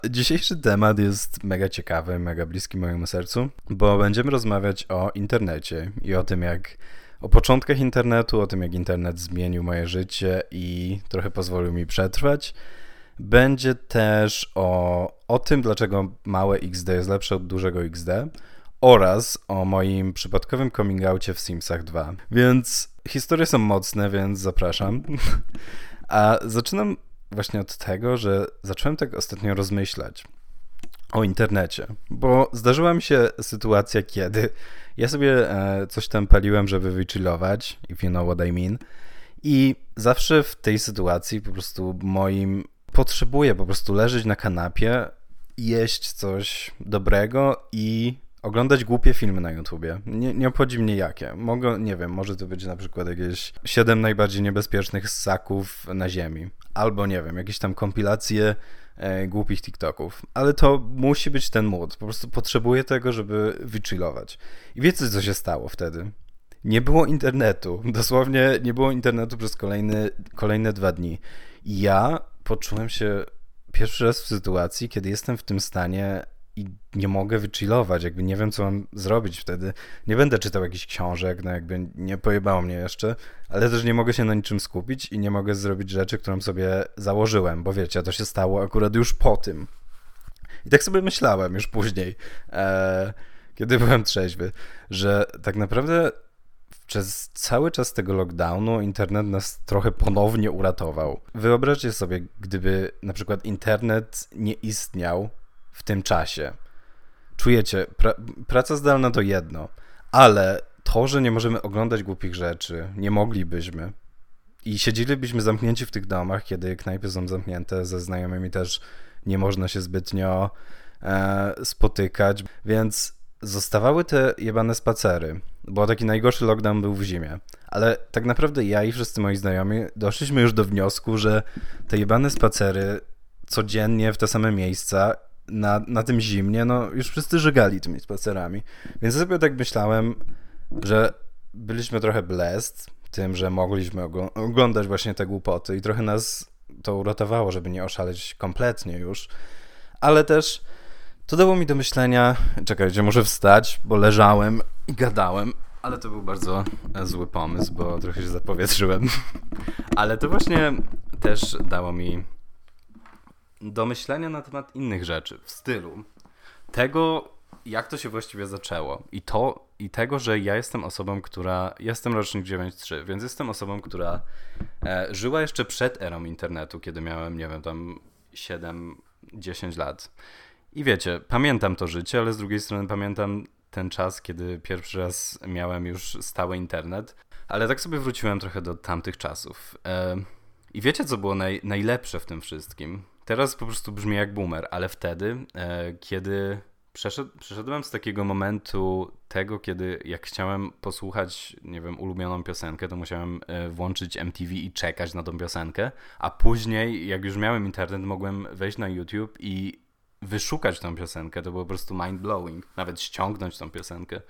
Dzisiejszy temat jest mega ciekawy, mega bliski mojemu sercu, bo będziemy rozmawiać o internecie i o tym, o początkach internetu, o tym, jak internet zmienił moje życie i trochę pozwolił mi przetrwać. Będzie też o tym, dlaczego małe XD jest lepsze od dużego XD oraz o moim przypadkowym coming outie w Simsach 2. Więc historie są mocne, więc zapraszam. A zaczynam właśnie od tego, że zacząłem tak ostatnio rozmyślać o internecie, bo zdarzyła mi się sytuacja, kiedy ja sobie coś tam paliłem, żeby wychillować, if you know what I mean, i zawsze w tej sytuacji po prostu potrzebuję po prostu leżeć na kanapie, jeść coś dobrego i oglądać głupie filmy na YouTubie. Nie obchodzi mnie jakie. Nie wiem, może to być na przykład jakieś 7 najbardziej niebezpiecznych ssaków na ziemi. Albo nie wiem, jakieś tam kompilacje głupich TikToków. Ale to musi być ten mood. Po prostu potrzebuję tego, żeby wychillować. I wiecie, co się stało wtedy? Nie było internetu. Dosłownie nie było internetu przez kolejne 2 dni. I ja poczułem się pierwszy raz w sytuacji, kiedy jestem w tym stanie i nie mogę wychillować, jakby nie wiem, co mam zrobić wtedy. Nie będę czytał jakichś książek, no jakby nie pojebało mnie jeszcze, ale też nie mogę się na niczym skupić i nie mogę zrobić rzeczy, którą sobie założyłem, bo wiecie, to się stało akurat już po tym. I tak sobie myślałem już później, kiedy byłem trzeźwy, że tak naprawdę przez cały czas tego lockdownu internet nas trochę ponownie uratował. Wyobraźcie sobie, gdyby na przykład internet nie istniał w tym czasie. Czujecie, praca zdalna to jedno, ale to, że nie możemy oglądać głupich rzeczy, nie moglibyśmy i siedzielibyśmy zamknięci w tych domach, kiedy knajpy są zamknięte, ze znajomymi też nie można się zbytnio spotykać, więc zostawały te jebane spacery, bo taki najgorszy lockdown był w zimie, ale tak naprawdę ja i wszyscy moi znajomi doszliśmy już do wniosku, że te jebane spacery codziennie w te same miejsca na tym zimnie, no już wszyscy żegali tymi spacerami. Więc sobie tak myślałem, że byliśmy trochę blessed tym, że mogliśmy oglądać właśnie te głupoty i trochę nas to uratowało, żeby nie oszaleć kompletnie już. Ale też to dało mi do myślenia, czekajcie, muszę wstać, bo leżałem i gadałem, ale to był bardzo zły pomysł, bo trochę się zapowietrzyłem. Ale to właśnie też dało mi do myślenia na temat innych rzeczy, w stylu tego, jak to się właściwie zaczęło i tego, że ja jestem osobą, jestem rocznik 9.3, więc jestem osobą, która żyła jeszcze przed erą internetu, kiedy miałem, nie wiem, tam 7-10 lat. I wiecie, pamiętam to życie, ale z drugiej strony pamiętam ten czas, kiedy pierwszy raz miałem już stały internet, ale tak sobie wróciłem trochę do tamtych czasów. I wiecie, co było najlepsze w tym wszystkim? Teraz po prostu brzmi jak boomer, ale wtedy, kiedy przeszedłem z takiego momentu tego, kiedy jak chciałem posłuchać, nie wiem, ulubioną piosenkę, to musiałem włączyć MTV i czekać na tą piosenkę, a później, jak już miałem internet, mogłem wejść na YouTube i wyszukać tą piosenkę. To było po prostu mind-blowing. Nawet ściągnąć tą piosenkę.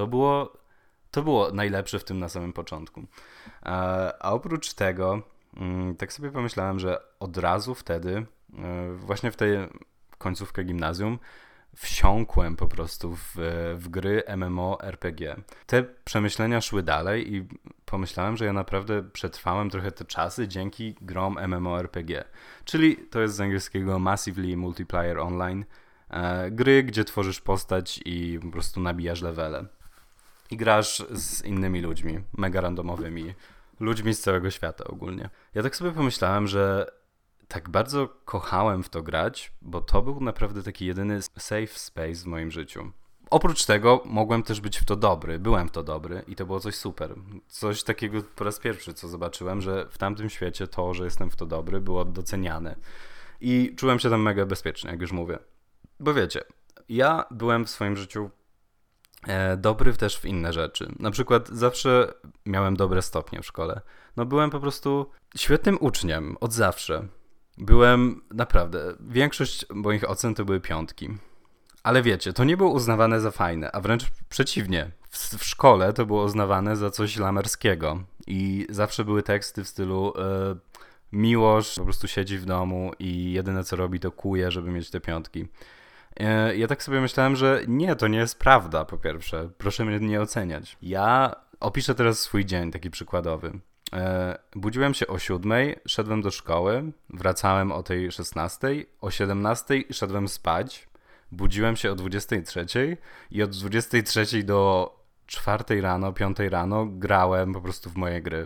To było najlepsze w tym na samym początku. A oprócz tego tak sobie pomyślałem, że od razu wtedy, właśnie w tej końcówkę gimnazjum, wsiąkłem po prostu w gry MMORPG. Te przemyślenia szły dalej i pomyślałem, że ja naprawdę przetrwałem trochę te czasy dzięki grom MMORPG. Czyli to jest z angielskiego Massively Multiplayer Online. Gry, gdzie tworzysz postać i po prostu nabijasz levele. I grasz z innymi ludźmi, mega randomowymi, ludźmi z całego świata ogólnie. Ja tak sobie pomyślałem, że tak bardzo kochałem w to grać, bo to był naprawdę taki jedyny safe space w moim życiu. Oprócz tego mogłem też być w to dobry, byłem w to dobry i to było coś super. Coś takiego po raz pierwszy, co zobaczyłem, że w tamtym świecie to, że jestem w to dobry, było doceniane. I czułem się tam mega bezpiecznie, jak już mówię. Bo wiecie, ja byłem w swoim życiu dobry też w inne rzeczy. Na przykład zawsze miałem dobre stopnie w szkole. No byłem po prostu świetnym uczniem, od zawsze. Byłem naprawdę, większość moich ocen to były 5. Ale wiecie, to nie było uznawane za fajne, a wręcz przeciwnie. W szkole to było uznawane za coś lamerskiego. I zawsze były teksty w stylu Miłosz po prostu siedzi w domu i jedyne co robi to kuje, żeby mieć te piątki. Ja tak sobie myślałem, że nie, to nie jest prawda, po pierwsze. Proszę mnie nie oceniać. Ja opiszę teraz swój dzień, taki przykładowy. Budziłem się o 7:00, szedłem do szkoły, wracałem o tej 16:00, o 17:00 szedłem spać, budziłem się o 23:00 i od 23:00 do 4:00 rano, 5:00 rano grałem po prostu w moje gry.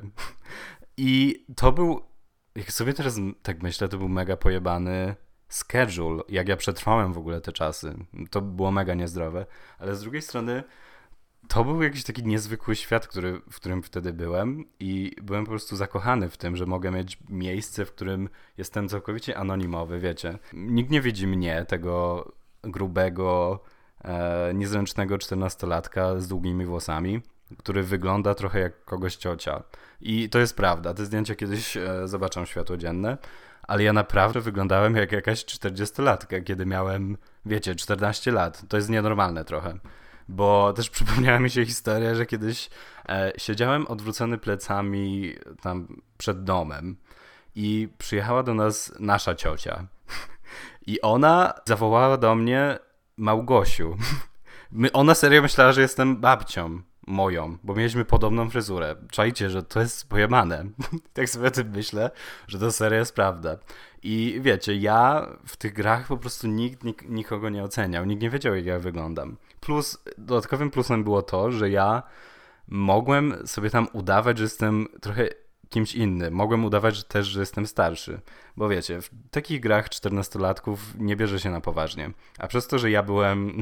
I to był, jak sobie teraz tak myślę, to był mega pojebany schedule, jak ja przetrwałem w ogóle te czasy. To było mega niezdrowe, ale z drugiej strony to był jakiś taki niezwykły świat, w którym wtedy byłem i byłem po prostu zakochany w tym, że mogę mieć miejsce, w którym jestem całkowicie anonimowy, wiecie. Nikt nie widzi mnie, tego grubego, niezręcznego 14-latka z długimi włosami, który wygląda trochę jak kogoś ciocia. I to jest prawda, te zdjęcia kiedyś zobaczą światło dzienne, ale ja naprawdę wyglądałem jak jakaś 40-latka, kiedy miałem, wiecie, 14 lat. To jest nienormalne trochę. Bo też przypomniała mi się historia, że kiedyś siedziałem odwrócony plecami tam przed domem i przyjechała do nas nasza ciocia. I ona zawołała do mnie Małgosiu. Ona serio myślała, że jestem babcią moją, bo mieliśmy podobną fryzurę. Czajcie, że to jest pojebane. Tak sobie o tym myślę, że to serio jest prawda. I wiecie, ja w tych grach po prostu nikt nikogo nie oceniał. Nikt nie wiedział, jak ja wyglądam. Plus, dodatkowym plusem było to, że ja mogłem sobie tam udawać, że jestem trochę kimś innym. Mogłem udawać że jestem starszy. Bo wiecie, w takich grach 14-latków nie bierze się na poważnie. A przez to, że ja byłem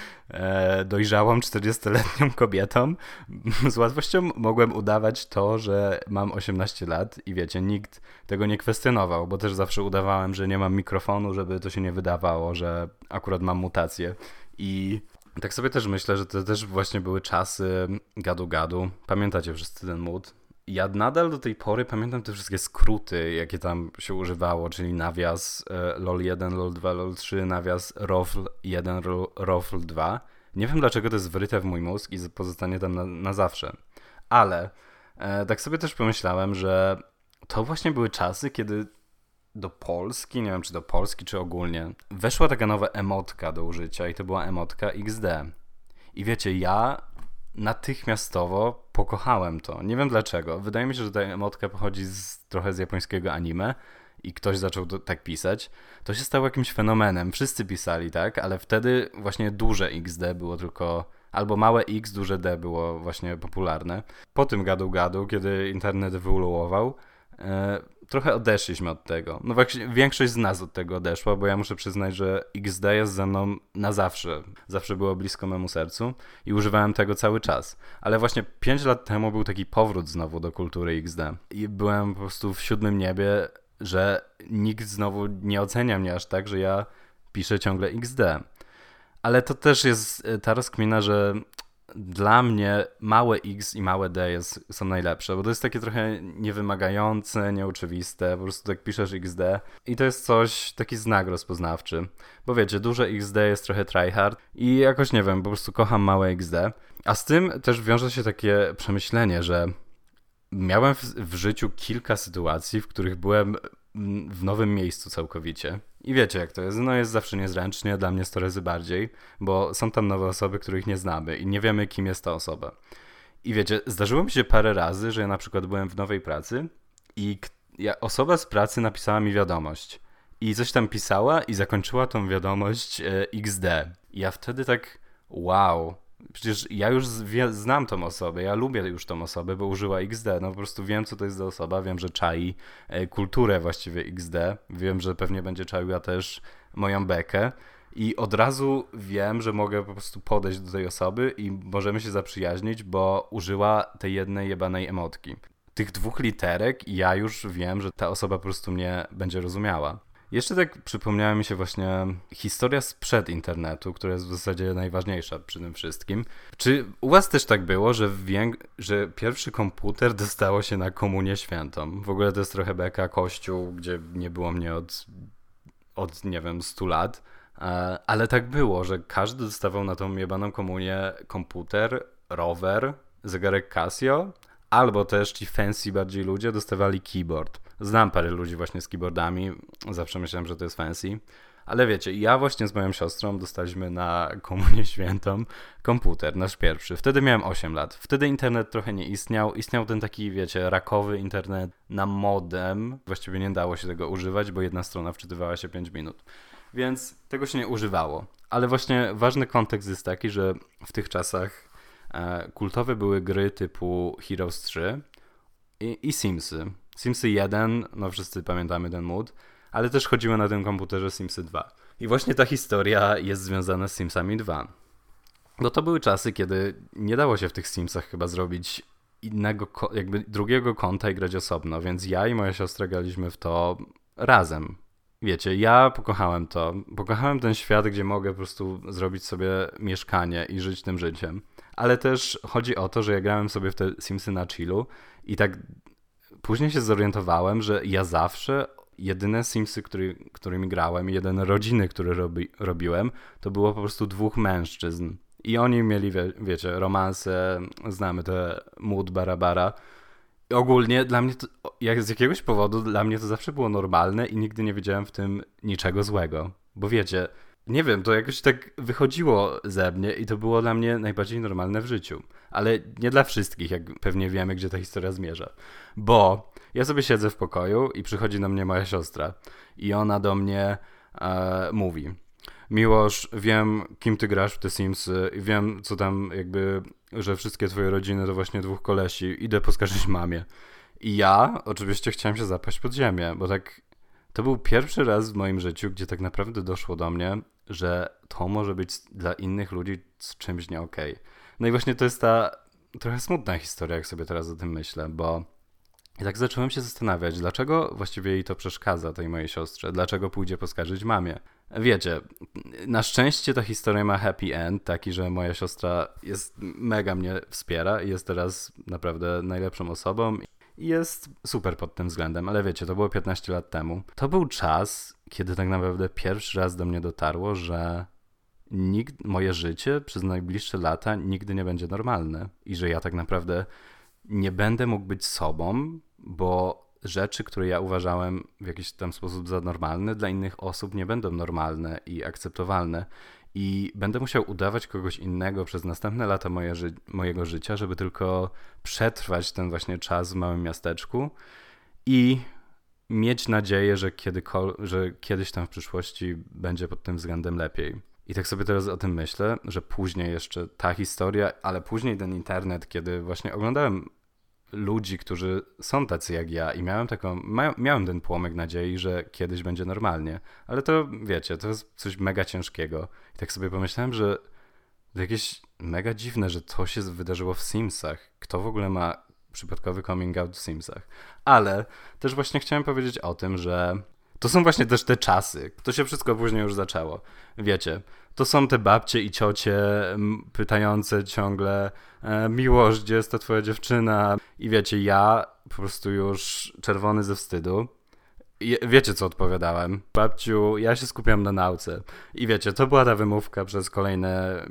dojrzałą 40-letnią kobietą, z łatwością mogłem udawać to, że mam 18 lat i wiecie, nikt tego nie kwestionował, bo też zawsze udawałem, że nie mam mikrofonu, żeby to się nie wydawało, że akurat mam mutację. I tak sobie też myślę, że to też właśnie były czasy gadu-gadu. Pamiętacie wszyscy ten mood? Ja nadal do tej pory pamiętam te wszystkie skróty, jakie tam się używało, czyli nawias LOL1, LOL2, LOL3, nawias ROFL1, ROFL2. Nie wiem, dlaczego to jest wryte w mój mózg i pozostanie tam na zawsze. Ale tak sobie też pomyślałem, że to właśnie były czasy, kiedy do Polski, nie wiem czy do Polski, czy ogólnie, weszła taka nowa emotka do użycia i to była emotka XD. I wiecie, ja natychmiastowo pokochałem to. Nie wiem dlaczego. Wydaje mi się, że ta emotka pochodzi trochę z japońskiego anime i ktoś zaczął tak pisać. To się stało jakimś fenomenem. Wszyscy pisali, tak? Ale wtedy właśnie duże XD było tylko... Albo małe X, duże D było właśnie popularne. Po tym gadu-gadu, kiedy internet ewoluował, trochę odeszliśmy od tego. No właśnie większość z nas od tego odeszła, bo ja muszę przyznać, że XD jest ze mną na zawsze. Zawsze było blisko memu sercu i używałem tego cały czas. Ale właśnie 5 lat temu był taki powrót znowu do kultury XD. I byłem po prostu w siódmym niebie, że nikt znowu nie ocenia mnie aż tak, że ja piszę ciągle XD. Ale to też jest ta rozkmina, że dla mnie małe X i małe D są najlepsze, bo to jest takie trochę niewymagające, nieoczywiste, po prostu tak piszesz XD i to jest taki znak rozpoznawczy, bo wiecie, duże XD jest trochę tryhard i jakoś nie wiem, po prostu kocham małe XD, a z tym też wiąże się takie przemyślenie, że miałem w życiu kilka sytuacji, w których byłem w nowym miejscu całkowicie. I wiecie jak to jest, no jest zawsze niezręcznie, dla mnie 100 razy bardziej, bo są tam nowe osoby, których nie znamy i nie wiemy kim jest ta osoba. I wiecie, zdarzyło mi się parę razy, że ja na przykład byłem w nowej pracy i osoba z pracy napisała mi wiadomość i coś tam pisała i zakończyła tą wiadomość XD. I ja wtedy tak, wow, przecież ja już znam tą osobę, ja lubię już tą osobę, bo użyła XD, no po prostu wiem co to jest za osoba, wiem, że czai kulturę właściwie XD, wiem, że pewnie będzie czaiła też moją bekę i od razu wiem, że mogę po prostu podejść do tej osoby i możemy się zaprzyjaźnić, bo użyła tej jednej jebanej emotki. Tych 2 literek i ja już wiem, że ta osoba po prostu mnie będzie rozumiała. Jeszcze tak przypomniała mi się właśnie historia sprzed internetu, która jest w zasadzie najważniejsza przy tym wszystkim. Czy u was też tak było, że pierwszy komputer dostało się na Komunię Świętą? W ogóle to jest trochę beka, kościół, gdzie nie było mnie od nie wiem, 100 lat. Ale tak było, że każdy dostawał na tą jebaną komunię komputer, rower, zegarek Casio, albo też ci fancy bardziej ludzie dostawali keyboard. Znam parę ludzi właśnie z keyboardami, zawsze myślałem, że to jest fancy. Ale wiecie, ja właśnie z moją siostrą dostaliśmy na Komunię Świętą komputer, nasz pierwszy. Wtedy miałem 8 lat. Wtedy internet trochę nie istniał. Istniał ten taki, wiecie, rakowy internet na modem. Właściwie nie dało się tego używać, bo jedna strona wczytywała się 5 minut. Więc tego się nie używało. Ale właśnie ważny kontekst jest taki, że w tych czasach kultowe były gry typu Heroes 3 i Simsy. Simsy 1, no wszyscy pamiętamy ten mood, ale też chodziły na tym komputerze Simsy 2. I właśnie ta historia jest związana z Simsami 2. No to były czasy, kiedy nie dało się w tych Simsach chyba zrobić innego, jakby drugiego konta i grać osobno, więc ja i moja siostra graliśmy w to razem. Wiecie, ja pokochałem to. Pokochałem ten świat, gdzie mogę po prostu zrobić sobie mieszkanie i żyć tym życiem. Ale też chodzi o to, że ja grałem sobie w te Simsy na chillu i tak później się zorientowałem, że ja zawsze jedyne Simsy, którymi grałem, jedyne rodziny, które robiłem, to było po prostu 2 mężczyzn. I oni mieli, wiecie, romanse, znamy te mood bara. I ogólnie dla mnie to, jak z jakiegoś powodu, dla mnie to zawsze było normalne i nigdy nie widziałem w tym niczego złego. Bo wiecie, nie wiem, to jakoś tak wychodziło ze mnie i to było dla mnie najbardziej normalne w życiu. Ale nie dla wszystkich, jak pewnie wiemy, gdzie ta historia zmierza. Bo ja sobie siedzę w pokoju i przychodzi do mnie moja siostra i ona do mnie mówi: Miłosz, wiem, kim ty grasz w te Simsy i wiem, co tam jakby, że wszystkie twoje rodziny to właśnie 2 kolesi. Idę poskarżyć mamie. I ja oczywiście chciałem się zapaść pod ziemię, bo tak to był pierwszy raz w moim życiu, gdzie tak naprawdę doszło do mnie, że to może być dla innych ludzi z czymś nie okej. No i właśnie to jest ta trochę smutna historia, jak sobie teraz o tym myślę, bo i tak zacząłem się zastanawiać, dlaczego właściwie jej to przeszkadza, tej mojej siostrze, dlaczego pójdzie poskarżyć mamie. Wiecie, na szczęście ta historia ma happy end, taki, że moja siostra mega mnie wspiera i jest teraz naprawdę najlepszą osobą i jest super pod tym względem, ale wiecie, to było 15 lat temu. To był czas, kiedy tak naprawdę pierwszy raz do mnie dotarło, że moje życie przez najbliższe lata nigdy nie będzie normalne i że ja tak naprawdę nie będę mógł być sobą, bo rzeczy, które ja uważałem w jakiś tam sposób za normalne, dla innych osób nie będą normalne i akceptowalne. I będę musiał udawać kogoś innego przez następne lata mojego życia, żeby tylko przetrwać ten właśnie czas w małym miasteczku i mieć nadzieję, że kiedyś tam w przyszłości będzie pod tym względem lepiej. I tak sobie teraz o tym myślę, że później jeszcze ta historia, ale później ten internet, kiedy właśnie oglądałem ludzi, którzy są tacy jak ja i miałem ten płomyk nadziei, że kiedyś będzie normalnie. Ale to, wiecie, to jest coś mega ciężkiego. I tak sobie pomyślałem, że to jakieś mega dziwne, że to się wydarzyło w Simsach. Kto w ogóle ma przypadkowy coming out w Simsach? Ale też właśnie chciałem powiedzieć o tym, że to są właśnie też te czasy. To się wszystko później już zaczęło. Wiecie, to są te babcie i ciocie pytające ciągle: Miłosz, gdzie jest ta twoja dziewczyna? I wiecie, ja po prostu już czerwony ze wstydu. I wiecie, co odpowiadałem? Babciu, ja się skupiam na nauce. I wiecie, to była ta wymówka przez kolejne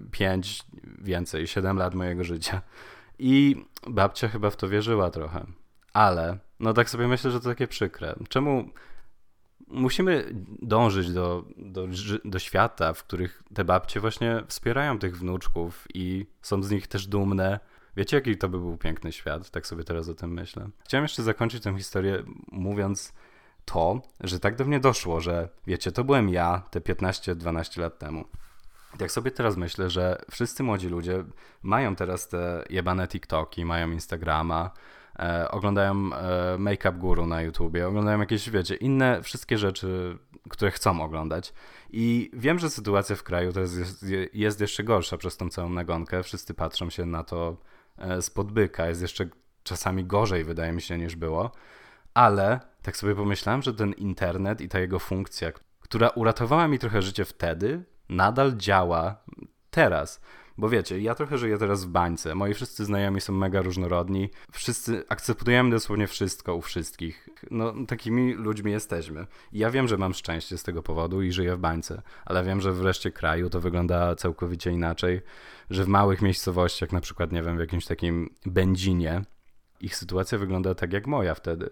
7 lat mojego życia. I babcia chyba w to wierzyła trochę. Ale, no tak sobie myślę, że to takie przykre. Czemu musimy dążyć do świata, w których te babcie właśnie wspierają tych wnuczków i są z nich też dumne? Wiecie, jaki to by był piękny świat? Tak sobie teraz o tym myślę. Chciałem jeszcze zakończyć tę historię mówiąc to, że tak do mnie doszło, że wiecie, to byłem ja te 15-12 lat temu. Jak sobie teraz myślę, że wszyscy młodzi ludzie mają teraz te jebane TikToki, mają Instagrama, oglądają Make Up Guru na YouTubie, oglądają jakieś, wiecie, inne wszystkie rzeczy, które chcą oglądać. I wiem, że sytuacja w kraju to jest jeszcze gorsza przez tą całą nagonkę. Wszyscy patrzą się na to spod byka. Jest jeszcze czasami gorzej, wydaje mi się, niż było. Ale tak sobie pomyślałem, że ten internet i ta jego funkcja, która uratowała mi trochę życie wtedy, nadal działa teraz. Bo wiecie, ja trochę żyję teraz w bańce. Moi wszyscy znajomi są mega różnorodni. Wszyscy akceptujemy dosłownie wszystko u wszystkich. No, takimi ludźmi jesteśmy. I ja wiem, że mam szczęście z tego powodu i żyję w bańce. Ale wiem, że w reszcie kraju to wygląda całkowicie inaczej. Że w małych miejscowościach, na przykład, nie wiem, w jakimś takim Będzinie, ich sytuacja wygląda tak jak moja wtedy.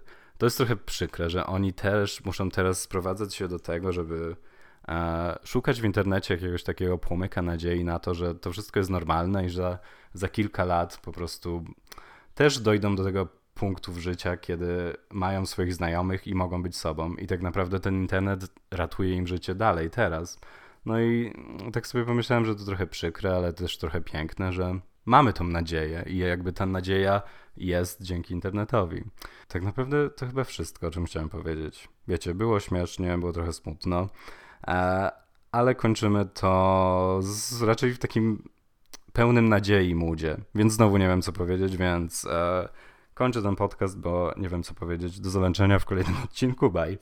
to jest trochę przykre, że oni też muszą teraz sprowadzać się do tego, żeby szukać w internecie jakiegoś takiego płomyka nadziei na to, że to wszystko jest normalne i że za kilka lat po prostu też dojdą do tego punktu w życia, kiedy mają swoich znajomych i mogą być sobą. I tak naprawdę ten internet ratuje im życie dalej, teraz. No i tak sobie pomyślałem, że to trochę przykre, ale też trochę piękne, że mamy tą nadzieję i jakby ta nadzieja jest dzięki internetowi. Tak naprawdę to chyba wszystko, o czym chciałem powiedzieć. Wiecie, było śmiesznie, było trochę smutno, ale kończymy to raczej w takim pełnym nadziei moodzie, więc znowu nie wiem co powiedzieć, więc kończę ten podcast, bo nie wiem co powiedzieć. Do zobaczenia w kolejnym odcinku, bye.